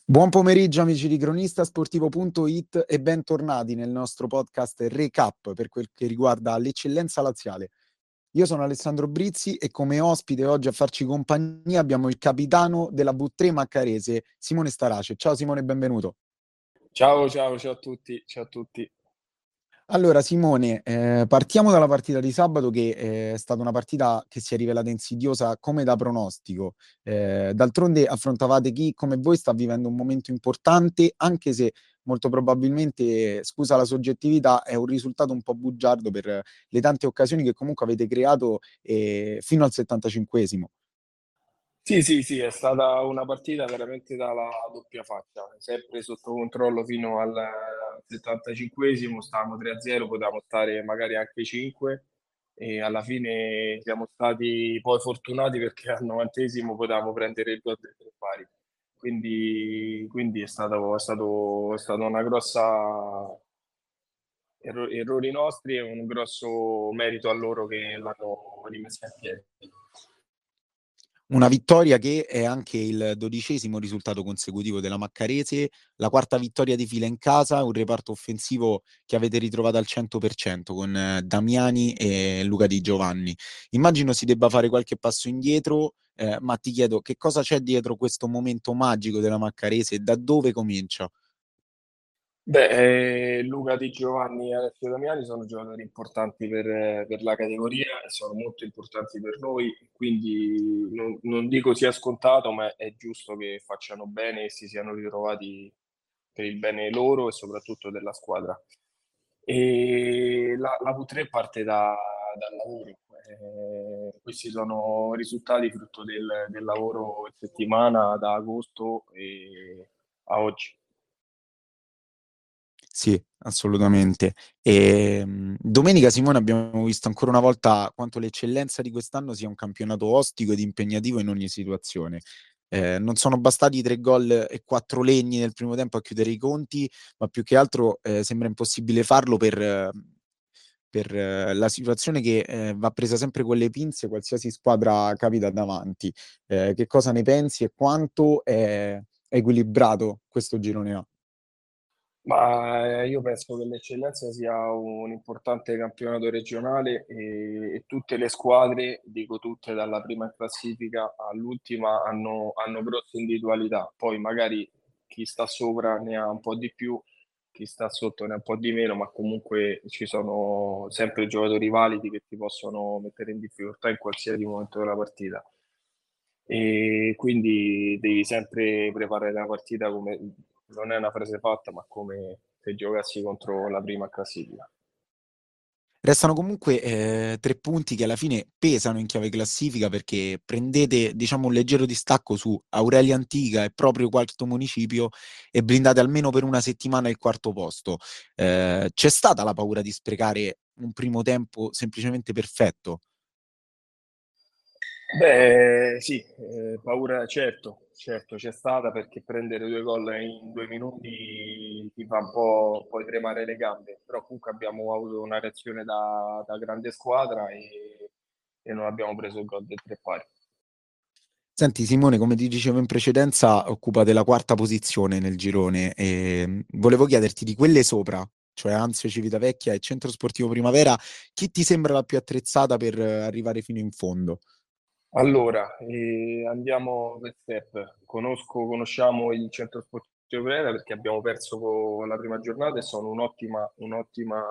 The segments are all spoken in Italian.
Buon pomeriggio amici di cronistasportivo.it e bentornati nel nostro podcast Recap per quel che riguarda l'eccellenza laziale. Io sono Alessandro Brizzi e come ospite oggi a farci compagnia abbiamo il capitano della V3 Maccarese, Simone Starace. Ciao Simone, benvenuto. Ciao, ciao, ciao a tutti, ciao a tutti. Allora, Simone, partiamo dalla partita di sabato che è stata una partita che si è rivelata insidiosa come da pronostico. D'altronde affrontavate chi come voi sta vivendo un momento importante, anche se molto probabilmente, scusa la soggettività, è un risultato un po' bugiardo per le tante occasioni che comunque avete creato fino al 75esimo. Sì, sì, sì, è stata una partita veramente dalla doppia faccia, sempre sotto controllo fino al 75esimo, stavamo 3-0, potevamo stare magari anche 5 e alla fine siamo stati poi fortunati perché al 90esimo potevamo prendere il gol del tre pari. Quindi è stato una grossa errori nostri e un grosso merito a loro che l'hanno rimessa in piedi. Una vittoria che è anche il 12° risultato consecutivo della Maccarese, la quarta vittoria di fila in casa, un reparto offensivo che avete ritrovato al 100% con Damiani e Luca Di Giovanni. Immagino si debba fare qualche passo indietro, ma ti chiedo che cosa c'è dietro questo momento magico della Maccarese e da dove comincia? Luca Di Giovanni e Alessio Damiani sono giocatori importanti per la categoria e sono molto importanti per noi, quindi non dico sia scontato, ma è giusto che facciano bene e si siano ritrovati per il bene loro e soprattutto della squadra. E la V3 parte dal lavoro. Questi sono risultati frutto del lavoro in settimana da agosto a oggi. Sì, assolutamente. Domenica, Simone, abbiamo visto ancora una volta quanto l'eccellenza di quest'anno sia un campionato ostico ed impegnativo in ogni situazione. Non sono bastati i 3 gol e 4 legni nel primo tempo a chiudere i conti, ma più che altro sembra impossibile farlo per la situazione che va presa sempre con le pinze, qualsiasi squadra capita davanti. Che cosa ne pensi e quanto è equilibrato questo girone A? Ma io penso che l'Eccellenza sia un importante campionato regionale e tutte le squadre, dico tutte, dalla prima in classifica all'ultima, hanno grosse individualità. Poi magari chi sta sopra ne ha un po' di più, chi sta sotto ne ha un po' di meno, ma comunque ci sono sempre giocatori validi che ti possono mettere in difficoltà in qualsiasi momento della partita. E quindi devi sempre preparare la partita come non è una frase fatta, ma come se giocassi contro la prima classifica. Restano comunque 3 punti che alla fine pesano in chiave classifica perché prendete, diciamo, un leggero distacco su Aurelia Antica e proprio Quarto Municipio e blindate almeno per una settimana il quarto posto. C'è stata la paura di sprecare un primo tempo semplicemente perfetto? Beh, sì, paura, certo, certo c'è stata perché prendere 2 gol in 2 minuti ti fa un po' poi tremare le gambe, però comunque abbiamo avuto una reazione da grande squadra e non abbiamo preso il gol del tre pari. Senti Simone, come ti dicevo in precedenza, occupate la quarta posizione nel girone e volevo chiederti di quelle sopra, cioè Anzio Civitavecchia e Centro Sportivo Primavera, chi ti sembra la più attrezzata per arrivare fino in fondo? Allora, andiamo per step. Conosciamo il centro sportivo Brera perché abbiamo perso la prima giornata e sono un'ottima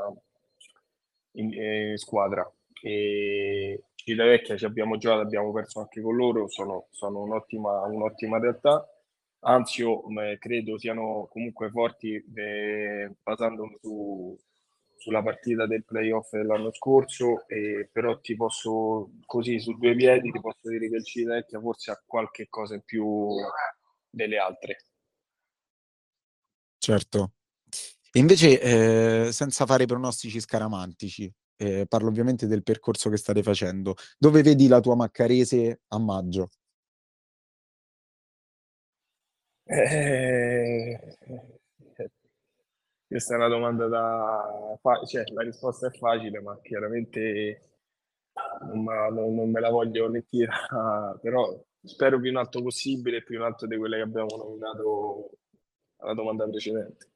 squadra. E Civitavecchia ci abbiamo giocato, abbiamo perso anche con loro, sono un'ottima realtà. Anzio, credo siano comunque forti basandomi sulla partita del playoff dell'anno scorso, però ti posso, così su due piedi, ti posso dire che il Civitavecchia forse ha qualche cosa in più delle altre. Certo. E invece, senza fare pronostici scaramantici, parlo ovviamente del percorso che state facendo. Dove vedi la tua Maccarese a maggio? Eh, Questa è una domanda cioè, la risposta è facile, ma chiaramente non me la voglio né tirare, però spero più in alto possibile, più in alto di quelle che abbiamo nominato alla domanda precedente.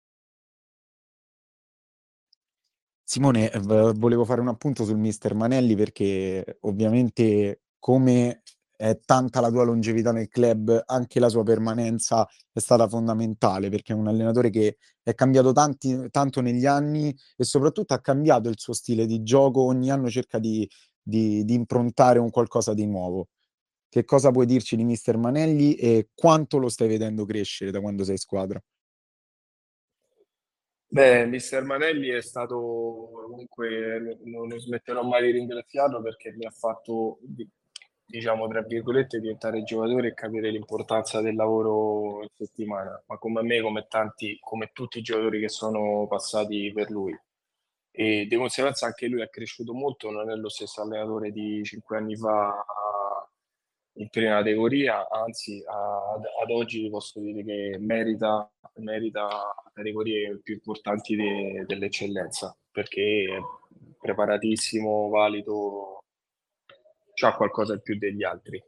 Simone, volevo fare un appunto sul mister Manelli perché ovviamente come è tanta la tua longevità nel club, anche la sua permanenza è stata fondamentale perché è un allenatore che è cambiato tanto negli anni e soprattutto ha cambiato il suo stile di gioco, ogni anno cerca di improntare un qualcosa di nuovo. Che cosa puoi dirci di mister Manelli e quanto lo stai vedendo crescere da quando sei in squadra? Beh, mister Manelli è stato comunque, non smetterò mai di ringraziarlo perché mi ha fatto, diciamo, tra virgolette, diventare giocatore e capire l'importanza del lavoro in settimana, ma come me, come tanti, come tutti i giocatori che sono passati per lui. E di conseguenza anche lui è cresciuto molto, non è lo stesso allenatore di 5 anni fa in prima categoria, anzi ad oggi vi posso dire che merita categorie più importanti dell'eccellenza, perché è preparatissimo, valido, c'ha qualcosa in più degli altri.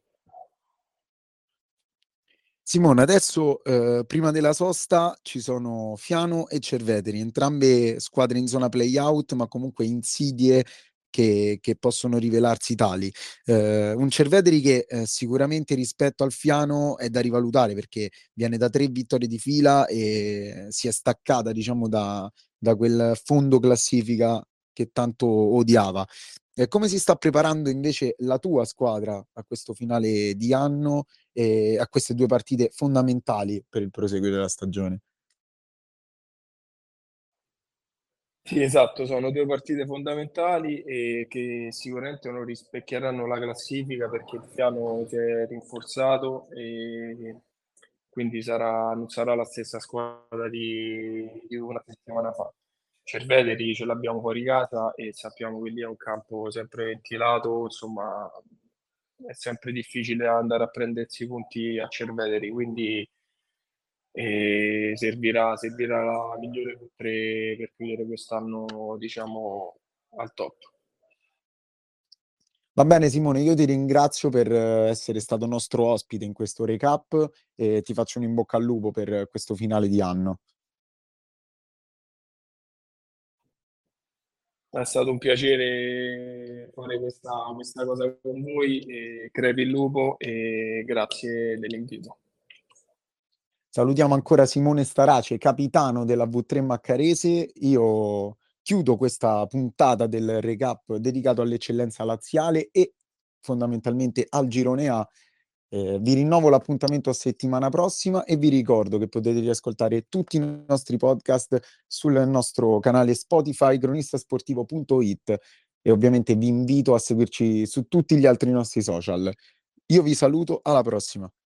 Simone, adesso prima della sosta ci sono Fiano e Cerveteri, entrambe squadre in zona play-out, ma comunque insidie che possono rivelarsi tali. Un Cerveteri che sicuramente rispetto al Fiano è da rivalutare perché viene da 3 vittorie di fila e si è staccata, diciamo, da quel fondo classifica che tanto odiava. Come si sta preparando invece la tua squadra a questo finale di anno e a queste due partite fondamentali per il proseguo della stagione? Sì, esatto, sono due partite fondamentali e che sicuramente non rispecchieranno la classifica perché il piano si è rinforzato e quindi non sarà la stessa squadra di una settimana fa. Cerveteri ce l'abbiamo fuori casa e sappiamo che lì è un campo sempre ventilato, insomma è sempre difficile andare a prendersi i punti a Cerveteri, quindi servirà la migliore per chiudere quest'anno, diciamo, al top. Va bene Simone, io ti ringrazio per essere stato nostro ospite in questo recap e ti faccio un in bocca al lupo per questo finale di anno. È stato un piacere fare questa cosa con voi e crepi il lupo e grazie dell'invito. Salutiamo ancora Simone Starace, capitano della V3 Maccarese. Io chiudo questa puntata del recap dedicato all'eccellenza laziale e fondamentalmente al Girone A. Vi rinnovo l'appuntamento a settimana prossima e vi ricordo che potete riascoltare tutti i nostri podcast sul nostro canale Spotify cronistasportivo.it e ovviamente vi invito a seguirci su tutti gli altri nostri social. Io vi saluto, alla prossima.